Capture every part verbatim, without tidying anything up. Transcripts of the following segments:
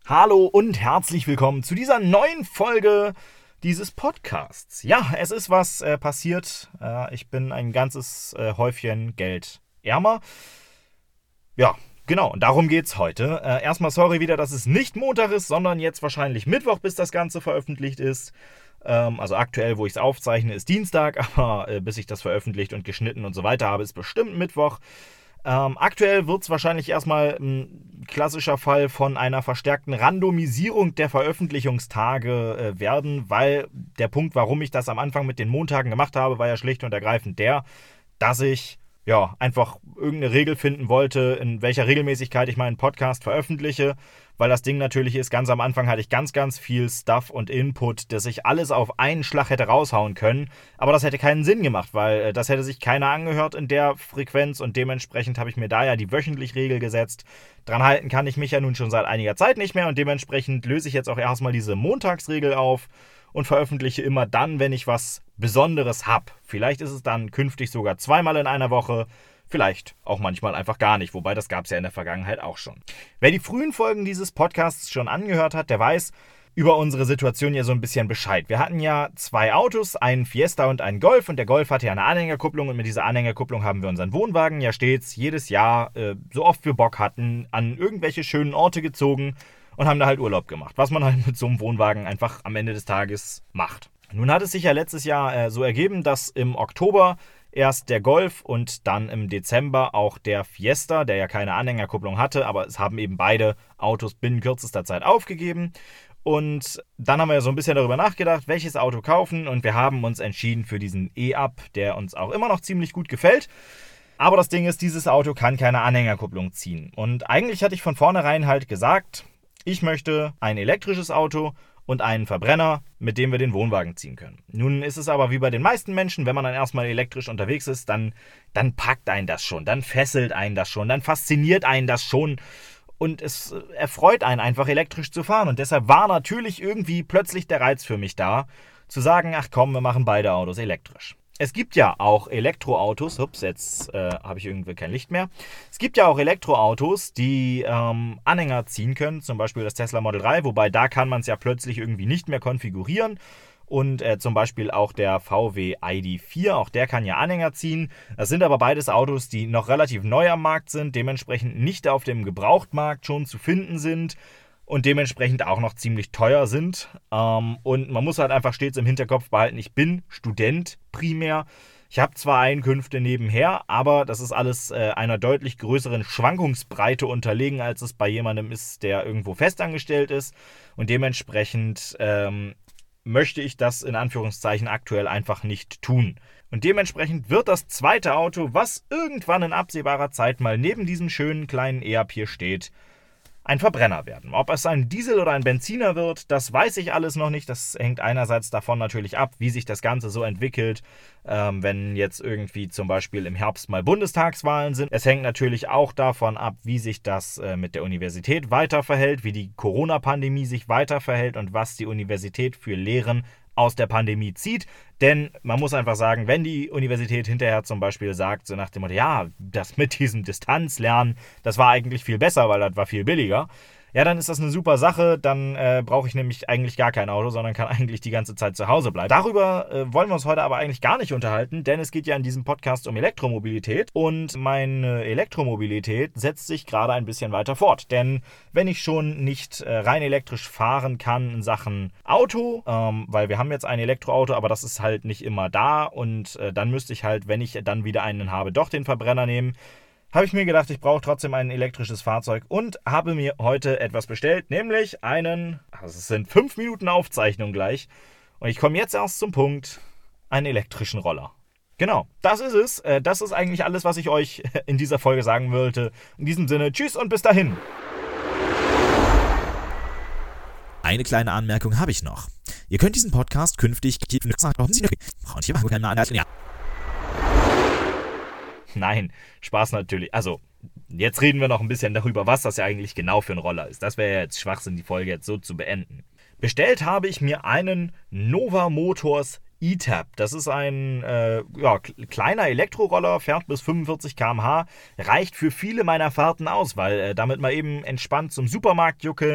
Hallo und herzlich willkommen zu dieser neuen Folge dieses Podcasts. Ja, es ist was äh, passiert. Äh, ich bin ein ganzes äh, Häufchen Geld ärmer. Ja, genau, und darum geht's heute. Äh, erstmal sorry wieder, dass es nicht Montag ist, sondern jetzt wahrscheinlich Mittwoch, bis das Ganze veröffentlicht ist. Ähm, also aktuell, wo ich es aufzeichne, ist Dienstag, aber äh, bis ich das veröffentlicht und geschnitten und so weiter habe, ist bestimmt Mittwoch. Ähm, aktuell wird es wahrscheinlich erstmal ein klassischer Fall von einer verstärkten Randomisierung der Veröffentlichungstage äh, werden, weil der Punkt, warum ich das am Anfang mit den Montagen gemacht habe, war ja schlicht und ergreifend der, dass ich ja einfach irgendeine Regel finden wollte, in welcher Regelmäßigkeit ich meinen Podcast veröffentliche, weil das Ding natürlich ist, ganz am Anfang hatte ich ganz, ganz viel Stuff und Input, dass ich alles auf einen Schlag hätte raushauen können, aber das hätte keinen Sinn gemacht, weil äh, das hätte sich keiner angehört in der Frequenz und dementsprechend habe ich mir da ja die wöchentlich Regel gesetzt. Dran halten kann ich mich ja nun schon seit einiger Zeit nicht mehr und dementsprechend löse ich jetzt auch erstmal diese Montagsregel auf und veröffentliche immer dann, wenn ich was Besonderes habe. Vielleicht ist es dann künftig sogar zweimal in einer Woche, vielleicht auch manchmal einfach gar nicht, wobei das gab es ja in der Vergangenheit auch schon. Wer die frühen Folgen dieses Podcasts schon angehört hat, der weiß über unsere Situation ja so ein bisschen Bescheid. Wir hatten ja zwei Autos, einen Fiesta und einen Golf und der Golf hatte ja eine Anhängerkupplung und mit dieser Anhängerkupplung haben wir unseren Wohnwagen ja stets jedes Jahr, äh, so oft wir Bock hatten, an irgendwelche schönen Orte gezogen und haben da halt Urlaub gemacht, was man halt mit so einem Wohnwagen einfach am Ende des Tages macht. Nun hat es sich ja letztes Jahr äh, so ergeben, dass im Oktober erst der Golf und dann im Dezember auch der Fiesta, der ja keine Anhängerkupplung hatte, aber es haben eben beide Autos binnen kürzester Zeit aufgegeben. Und dann haben wir so ein bisschen darüber nachgedacht, welches Auto kaufen und wir haben uns entschieden für diesen E-Up, der uns auch immer noch ziemlich gut gefällt. Aber das Ding ist, dieses Auto kann keine Anhängerkupplung ziehen. Und eigentlich hatte ich von vornherein halt gesagt, ich möchte ein elektrisches Auto und einen Verbrenner, mit dem wir den Wohnwagen ziehen können. Nun ist es aber wie bei den meisten Menschen, wenn man dann erstmal elektrisch unterwegs ist, dann, dann packt einen das schon, dann fesselt einen das schon, dann fasziniert einen das schon und es erfreut einen einfach, elektrisch zu fahren. Und deshalb war natürlich irgendwie plötzlich der Reiz für mich da, zu sagen, ach komm, wir machen beide Autos elektrisch. Es gibt ja auch Elektroautos, ups, jetzt äh, habe ich irgendwie kein Licht mehr. Es gibt ja auch Elektroautos, die ähm, Anhänger ziehen können, zum Beispiel das Tesla Model drei, wobei da kann man es ja plötzlich irgendwie nicht mehr konfigurieren. Und äh, zum Beispiel auch der V W I D vier, auch der kann ja Anhänger ziehen. Das sind aber beides Autos, die noch relativ neu am Markt sind, dementsprechend nicht auf dem Gebrauchtmarkt schon zu finden sind. Und dementsprechend auch noch ziemlich teuer sind. Ähm, und man muss halt einfach stets im Hinterkopf behalten, ich bin Student primär. Ich habe zwar Einkünfte nebenher, aber das ist alles äh, einer deutlich größeren Schwankungsbreite unterlegen, als es bei jemandem ist, der irgendwo festangestellt ist. Und dementsprechend ähm, möchte ich das in Anführungszeichen aktuell einfach nicht tun. Und dementsprechend wird das zweite Auto, was irgendwann in absehbarer Zeit mal neben diesem schönen kleinen E-Up hier steht, ein Verbrenner werden. Ob es ein Diesel oder ein Benziner wird, das weiß ich alles noch nicht. Das hängt einerseits davon natürlich ab, wie sich das Ganze so entwickelt, ähm, wenn jetzt irgendwie zum Beispiel im Herbst mal Bundestagswahlen sind. Es hängt natürlich auch davon ab, wie sich das äh, mit der Universität weiter verhält, wie die Corona-Pandemie sich weiter verhält und was die Universität für Lehren aus der Pandemie zieht. Denn man muss einfach sagen, wenn die Universität hinterher zum Beispiel sagt, so nach dem Motto, ja, das mit diesem Distanzlernen, das war eigentlich viel besser, weil das war viel billiger, ja, dann ist das eine super Sache, dann äh, brauche ich nämlich eigentlich gar kein Auto, sondern kann eigentlich die ganze Zeit zu Hause bleiben. Darüber äh, wollen wir uns heute aber eigentlich gar nicht unterhalten, denn es geht ja in diesem Podcast um Elektromobilität und meine Elektromobilität setzt sich gerade ein bisschen weiter fort, denn wenn ich schon nicht äh, rein elektrisch fahren kann in Sachen Auto, ähm, weil wir haben jetzt ein Elektroauto, aber das ist halt nicht immer da und äh, dann müsste ich halt, wenn ich dann wieder einen habe, doch den Verbrenner nehmen, habe ich mir gedacht, ich brauche trotzdem ein elektrisches Fahrzeug und habe mir heute etwas bestellt, nämlich einen, also es sind fünf Minuten Aufzeichnung gleich und ich komme jetzt erst zum Punkt, einen elektrischen Roller. Genau, das ist es. Das ist eigentlich alles, was ich euch in dieser Folge sagen wollte. In diesem Sinne, tschüss und bis dahin. Eine kleine Anmerkung habe ich noch. Ihr könnt diesen Podcast künftig... Nein, Spaß natürlich. Also, jetzt reden wir noch ein bisschen darüber, was das ja eigentlich genau für ein Roller ist. Das wäre ja jetzt Schwachsinn, die Folge jetzt so zu beenden. Bestellt habe ich mir einen Nova Motors E-Tab. Das ist ein äh, ja, kleiner Elektroroller, fährt bis fünfundvierzig Kilometer pro Stunde, reicht für viele meiner Fahrten aus, weil äh, damit mal eben entspannt zum Supermarkt juckeln,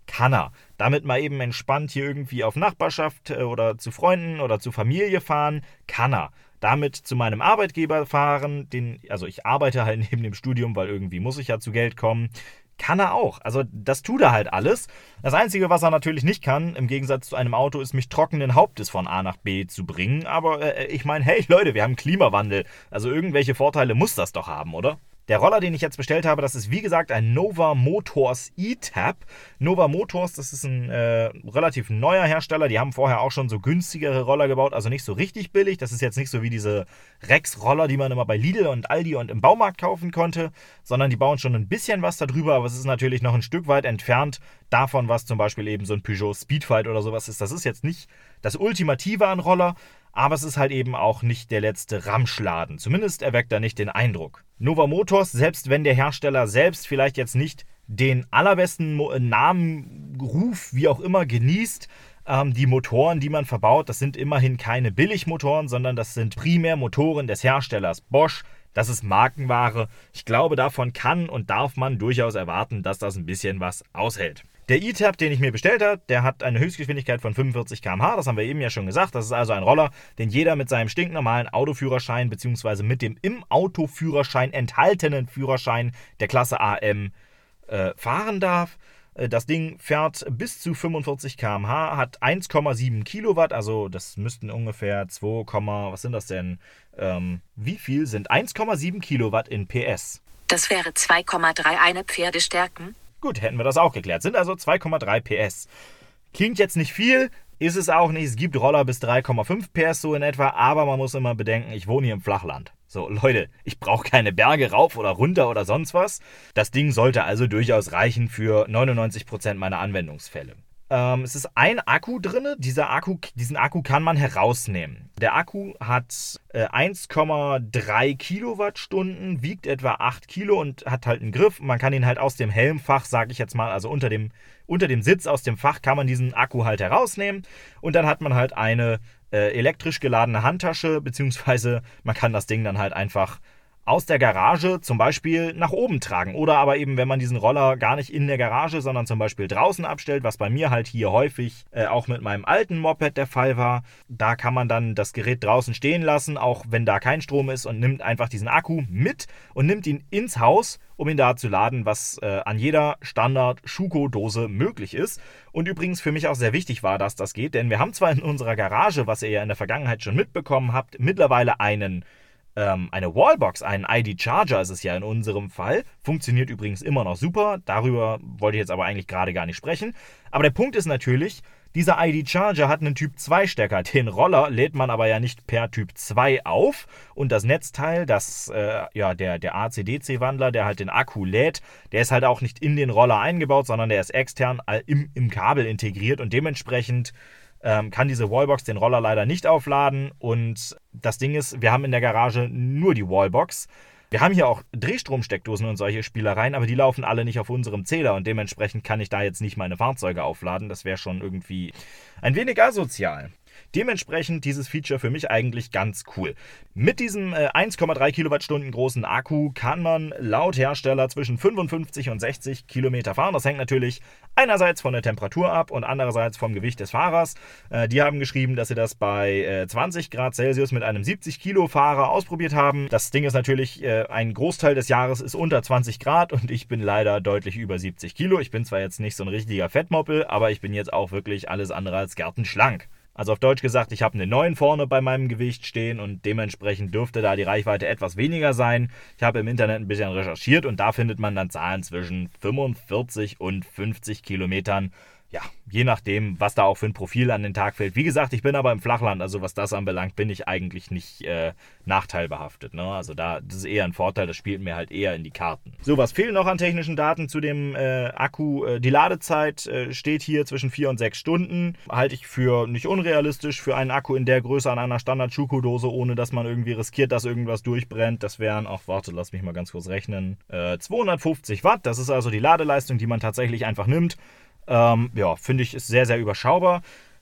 Kann er. Damit mal eben entspannt hier irgendwie auf Nachbarschaft oder zu Freunden oder zu Familie fahren, kann er. Damit zu meinem Arbeitgeber fahren, den, also ich arbeite halt neben dem Studium, weil irgendwie muss ich ja zu Geld kommen, kann er auch. Also das tut er halt alles. Das Einzige, was er natürlich nicht kann, im Gegensatz zu einem Auto, ist mich trockenen Hauptes von A nach B zu bringen. Aber äh, ich meine, hey Leute, wir haben Klimawandel. Also irgendwelche Vorteile muss das doch haben, oder? Der Roller, den ich jetzt bestellt habe, das ist wie gesagt ein Nova Motors E-Tab. Nova Motors, das ist ein äh, relativ neuer Hersteller. Die haben vorher auch schon so günstigere Roller gebaut, also nicht so richtig billig. Das ist jetzt nicht so wie diese Rex-Roller, die man immer bei Lidl und Aldi und im Baumarkt kaufen konnte, sondern die bauen schon ein bisschen was darüber, aber es ist natürlich noch ein Stück weit entfernt davon, was zum Beispiel eben so ein Peugeot Speedfight oder sowas ist. Das ist jetzt nicht das Ultimative an Roller, aber es ist halt eben auch nicht der letzte Ramschladen. Zumindest erweckt er nicht den Eindruck. Nova Motors, selbst wenn der Hersteller selbst vielleicht jetzt nicht den allerbesten Mo- Namen, Ruf, wie auch immer, genießt, ähm, die Motoren, die man verbaut, das sind immerhin keine Billigmotoren, sondern das sind primär Motoren des Herstellers Bosch. Das ist Markenware. Ich glaube, davon kann und darf man durchaus erwarten, dass das ein bisschen was aushält. Der E-Tab, den ich mir bestellt habe, der hat eine Höchstgeschwindigkeit von fünfundvierzig Kilometer pro Stunde. Das haben wir eben ja schon gesagt. Das ist also ein Roller, den jeder mit seinem stinknormalen Autoführerschein bzw. mit dem im Autoführerschein enthaltenen Führerschein der Klasse A M äh, fahren darf. Das Ding fährt bis zu fünfundvierzig Kilometer pro Stunde, hat eins Komma sieben Kilowatt, also das müssten ungefähr zwei, was sind das denn? Ähm, wie viel sind eins Komma sieben Kilowatt in P S? Das wäre zwei Komma dreiundreißig Pferdestärken. Gut, hätten wir das auch geklärt. Sind also zwei Komma drei P S. Klingt jetzt nicht viel, ist es auch nicht. Es gibt Roller bis drei Komma fünf P S so in etwa, aber man muss immer bedenken, ich wohne hier im Flachland. So, Leute, ich brauche keine Berge rauf oder runter oder sonst was. Das Ding sollte also durchaus reichen für neunundneunzig Prozent meiner Anwendungsfälle. Ähm, es ist ein Akku drin. Dieser Akku, diesen Akku kann man herausnehmen. Der Akku hat äh, eins Komma drei Kilowattstunden, wiegt etwa acht Kilo und hat halt einen Griff. Man kann ihn halt aus dem Helmfach, sage ich jetzt mal, also unter dem, unter dem Sitz aus dem Fach kann man diesen Akku halt herausnehmen. Und dann hat man halt eine äh, elektrisch geladene Handtasche, beziehungsweise man kann das Ding dann halt einfach aus der Garage zum Beispiel nach oben tragen. Oder aber eben, wenn man diesen Roller gar nicht in der Garage, sondern zum Beispiel draußen abstellt, was bei mir halt hier häufig äh, auch mit meinem alten Moped der Fall war. Da kann man dann das Gerät draußen stehen lassen, auch wenn da kein Strom ist, und nimmt einfach diesen Akku mit und nimmt ihn ins Haus, um ihn da zu laden, was äh, an jeder Standard-Schuko-Dose möglich ist. Und übrigens für mich auch sehr wichtig war, dass das geht, denn wir haben zwar in unserer Garage, was ihr ja in der Vergangenheit schon mitbekommen habt, mittlerweile einen eine Wallbox, einen I D-Charger ist es ja in unserem Fall. Funktioniert übrigens immer noch super. Darüber wollte ich jetzt aber eigentlich gerade gar nicht sprechen. Aber der Punkt ist natürlich, dieser I D-Charger hat einen Typ zwei Stecker. Den Roller lädt man aber ja nicht per Typ zwei auf. Und das Netzteil, das, äh, ja, der, der A C D C-Wandler, der halt den Akku lädt, der ist halt auch nicht in den Roller eingebaut, sondern der ist extern im, im Kabel integriert. Und dementsprechend Ähm, kann diese Wallbox den Roller leider nicht aufladen. Und das Ding ist, wir haben in der Garage nur die Wallbox. Wir haben hier auch Drehstromsteckdosen und solche Spielereien, aber die laufen alle nicht auf unserem Zähler und dementsprechend kann ich da jetzt nicht meine Fahrzeuge aufladen. Das wäre schon irgendwie ein wenig asozial. Dementsprechend dieses Feature für mich eigentlich ganz cool. Mit diesem äh, eins Komma drei Kilowattstunden großen Akku kann man laut Hersteller zwischen fünfundfünfzig und sechzig Kilometer fahren. Das hängt natürlich einerseits von der Temperatur ab und andererseits vom Gewicht des Fahrers. Äh, die haben geschrieben, dass sie das bei äh, zwanzig Grad Celsius mit einem siebzig Kilo Fahrer ausprobiert haben. Das Ding ist natürlich, äh, ein Großteil des Jahres ist unter zwanzig Grad und ich bin leider deutlich über siebzig Kilo. Ich bin zwar jetzt nicht so ein richtiger Fettmoppel, aber ich bin jetzt auch wirklich alles andere als gärtenschlank. Also auf Deutsch gesagt, ich habe eine neun vorne bei meinem Gewicht stehen und dementsprechend dürfte da die Reichweite etwas weniger sein. Ich habe im Internet ein bisschen recherchiert und da findet man dann Zahlen zwischen fünfundvierzig und fünfzig Kilometern. Ja, je nachdem, was da auch für ein Profil an den Tag fällt. Wie gesagt, ich bin aber im Flachland, also was das anbelangt, bin ich eigentlich nicht äh, nachteilbehaftet. Ne? Also da, das ist eher ein Vorteil, das spielt mir halt eher in die Karten. So, was fehlen noch an technischen Daten zu dem äh, Akku? Äh, die Ladezeit äh, steht hier zwischen vier und sechs Stunden. Halte ich für nicht unrealistisch für einen Akku in der Größe an einer Standard-Schuko-Dose, ohne dass man irgendwie riskiert, dass irgendwas durchbrennt. Das wären, ach warte, lass mich mal ganz kurz rechnen, äh, zweihundertfünfzig Watt. Das ist also die Ladeleistung, die man tatsächlich einfach nimmt. Ähm, ja, finde ich, ist sehr, sehr überschaubar.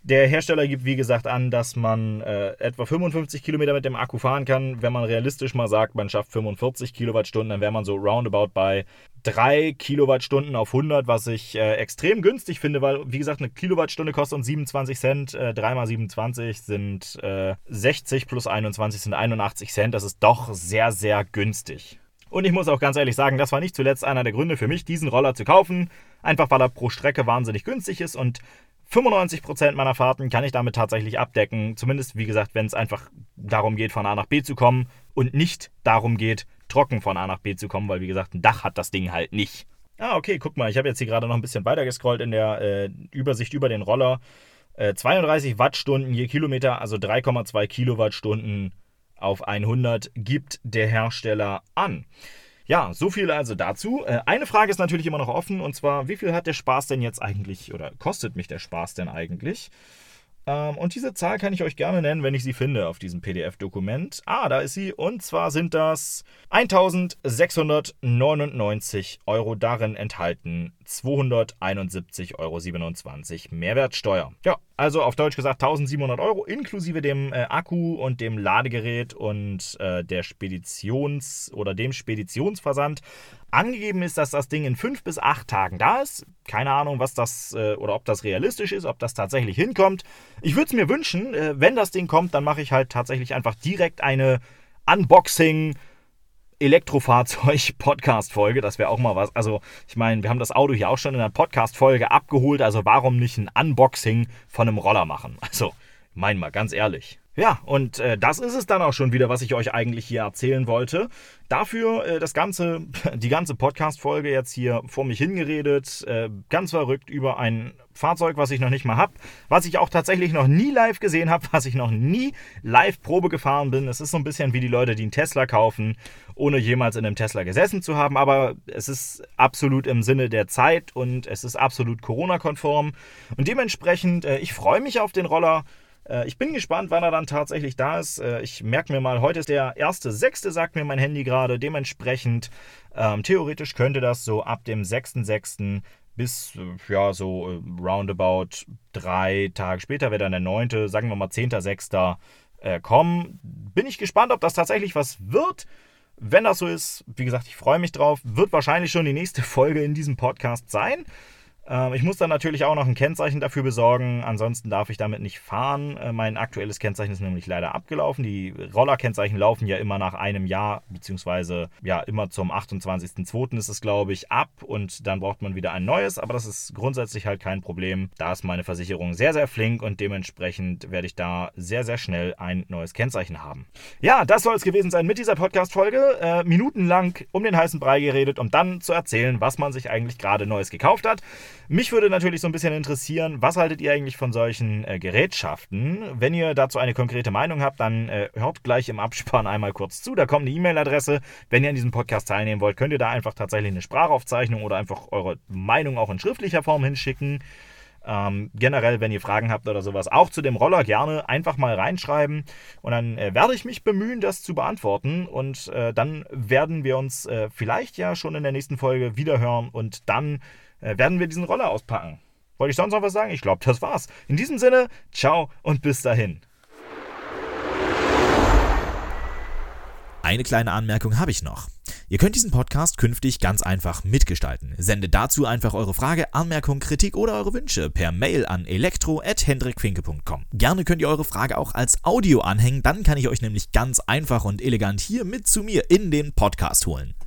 Der Hersteller gibt, wie gesagt, an, dass man äh, etwa fünfundfünfzig Kilometer mit dem Akku fahren kann. Wenn man realistisch mal sagt, man schafft fünfundvierzig Kilowattstunden, dann wäre man so roundabout bei drei Kilowattstunden auf hundert, was ich äh, extrem günstig finde, weil, wie gesagt, eine Kilowattstunde kostet uns siebenundzwanzig Cent. Äh, drei mal siebenundzwanzig sind äh, sechzig plus einundzwanzig sind einundachtzig Cent. Das ist doch sehr, sehr günstig. Und ich muss auch ganz ehrlich sagen, das war nicht zuletzt einer der Gründe für mich, diesen Roller zu kaufen. Einfach weil er pro Strecke wahnsinnig günstig ist und fünfundneunzig Prozent meiner Fahrten kann ich damit tatsächlich abdecken. Zumindest, wie gesagt, wenn es einfach darum geht, von A nach B zu kommen und nicht darum geht, trocken von A nach B zu kommen, weil, wie gesagt, ein Dach hat das Ding halt nicht. Ah, okay, guck mal, ich habe jetzt hier gerade noch ein bisschen weiter gescrollt in der äh, Übersicht über den Roller. Äh, zweiunddreißig Wattstunden je Kilometer, also drei Komma zwei Kilowattstunden auf hundert gibt der Hersteller an. Ja, so viel also dazu. Eine Frage ist natürlich immer noch offen, und zwar, wie viel hat der Spaß denn jetzt eigentlich, oder kostet mich der Spaß denn eigentlich? Und diese Zahl kann ich euch gerne nennen, wenn ich sie finde auf diesem P D F-Dokument. Ah, da ist sie. Und zwar sind das eintausendsechshundertneunundneunzig Euro, darin enthalten zweihunderteinundsiebzig Euro siebenundzwanzig Mehrwertsteuer. Ja, also auf Deutsch gesagt tausendsiebenhundert Euro inklusive dem äh, Akku und dem Ladegerät und äh, der Speditions- oder dem Speditionsversand. Angegeben ist, dass das Ding in fünf bis acht Tagen da ist. Keine Ahnung, was das äh, oder ob das realistisch ist, ob das tatsächlich hinkommt. Ich würde es mir wünschen, äh, wenn das Ding kommt, dann mache ich halt tatsächlich einfach direkt eine Unboxing- Elektrofahrzeug-Podcast-Folge, das wäre auch mal was. Also, ich meine, wir haben das Auto hier auch schon in einer Podcast-Folge abgeholt, also warum nicht ein Unboxing von einem Roller machen? Also, mein mal, ganz ehrlich. Ja, und äh, das ist es dann auch schon wieder, was ich euch eigentlich hier erzählen wollte. Dafür äh, das ganze, die ganze Podcast-Folge jetzt hier vor mich hingeredet, äh, ganz verrückt über ein Fahrzeug, was ich noch nicht mal habe, was ich auch tatsächlich noch nie live gesehen habe, was ich noch nie live Probe gefahren bin. Es ist so ein bisschen wie die Leute, die einen Tesla kaufen, ohne jemals in einem Tesla gesessen zu haben, aber es ist absolut im Sinne der Zeit und es ist absolut Corona-konform. Und dementsprechend, äh, ich freue mich auf den Roller. Ich bin gespannt, wann er dann tatsächlich da ist. Ich merke mir mal, heute ist der erste sechste, sagt mir mein Handy gerade. Dementsprechend, ähm, theoretisch könnte das so ab dem sechsten sechsten bis, ja, so äh, roundabout drei Tage später, wäre dann der neunte, sagen wir mal zehnter sechster äh, kommen. Bin ich gespannt, ob das tatsächlich was wird. Wenn das so ist, wie gesagt, ich freue mich drauf. Wird wahrscheinlich schon die nächste Folge in diesem Podcast sein. Ich muss dann natürlich auch noch ein Kennzeichen dafür besorgen, ansonsten darf ich damit nicht fahren. Mein aktuelles Kennzeichen ist nämlich leider abgelaufen. Die Rollerkennzeichen laufen ja immer nach einem Jahr, beziehungsweise ja immer zum achtundzwanzigsten zweiten ist es, glaube ich, ab und dann braucht man wieder ein neues. Aber das ist grundsätzlich halt kein Problem. Da ist meine Versicherung sehr, sehr flink und dementsprechend werde ich da sehr, sehr schnell ein neues Kennzeichen haben. Ja, das soll es gewesen sein mit dieser Podcast-Folge. Äh, minutenlang um den heißen Brei geredet, um dann zu erzählen, was man sich eigentlich gerade Neues gekauft hat. Mich würde natürlich so ein bisschen interessieren, was haltet ihr eigentlich von solchen äh, Gerätschaften? Wenn ihr dazu eine konkrete Meinung habt, dann äh, hört gleich im Abspann einmal kurz zu. Da kommt eine E-Mail-Adresse. Wenn ihr an diesem Podcast teilnehmen wollt, könnt ihr da einfach tatsächlich eine Sprachaufzeichnung oder einfach eure Meinung auch in schriftlicher Form hinschicken. Ähm, generell, wenn ihr Fragen habt oder sowas, auch zu dem Roller gerne einfach mal reinschreiben und dann äh, werde ich mich bemühen, das zu beantworten und äh, dann werden wir uns äh, vielleicht ja schon in der nächsten Folge wiederhören und dann äh, werden wir diesen Roller auspacken. Wollte ich sonst noch was sagen? Ich glaube, das war's. In diesem Sinne, ciao und bis dahin. Eine kleine Anmerkung habe ich noch. Ihr könnt diesen Podcast künftig ganz einfach mitgestalten. Sendet dazu einfach eure Frage, Anmerkung, Kritik oder eure Wünsche per Mail an elektro at hendrikfinke punkt com. Gerne könnt ihr eure Frage auch als Audio anhängen, dann kann ich euch nämlich ganz einfach und elegant hier mit zu mir in den Podcast holen.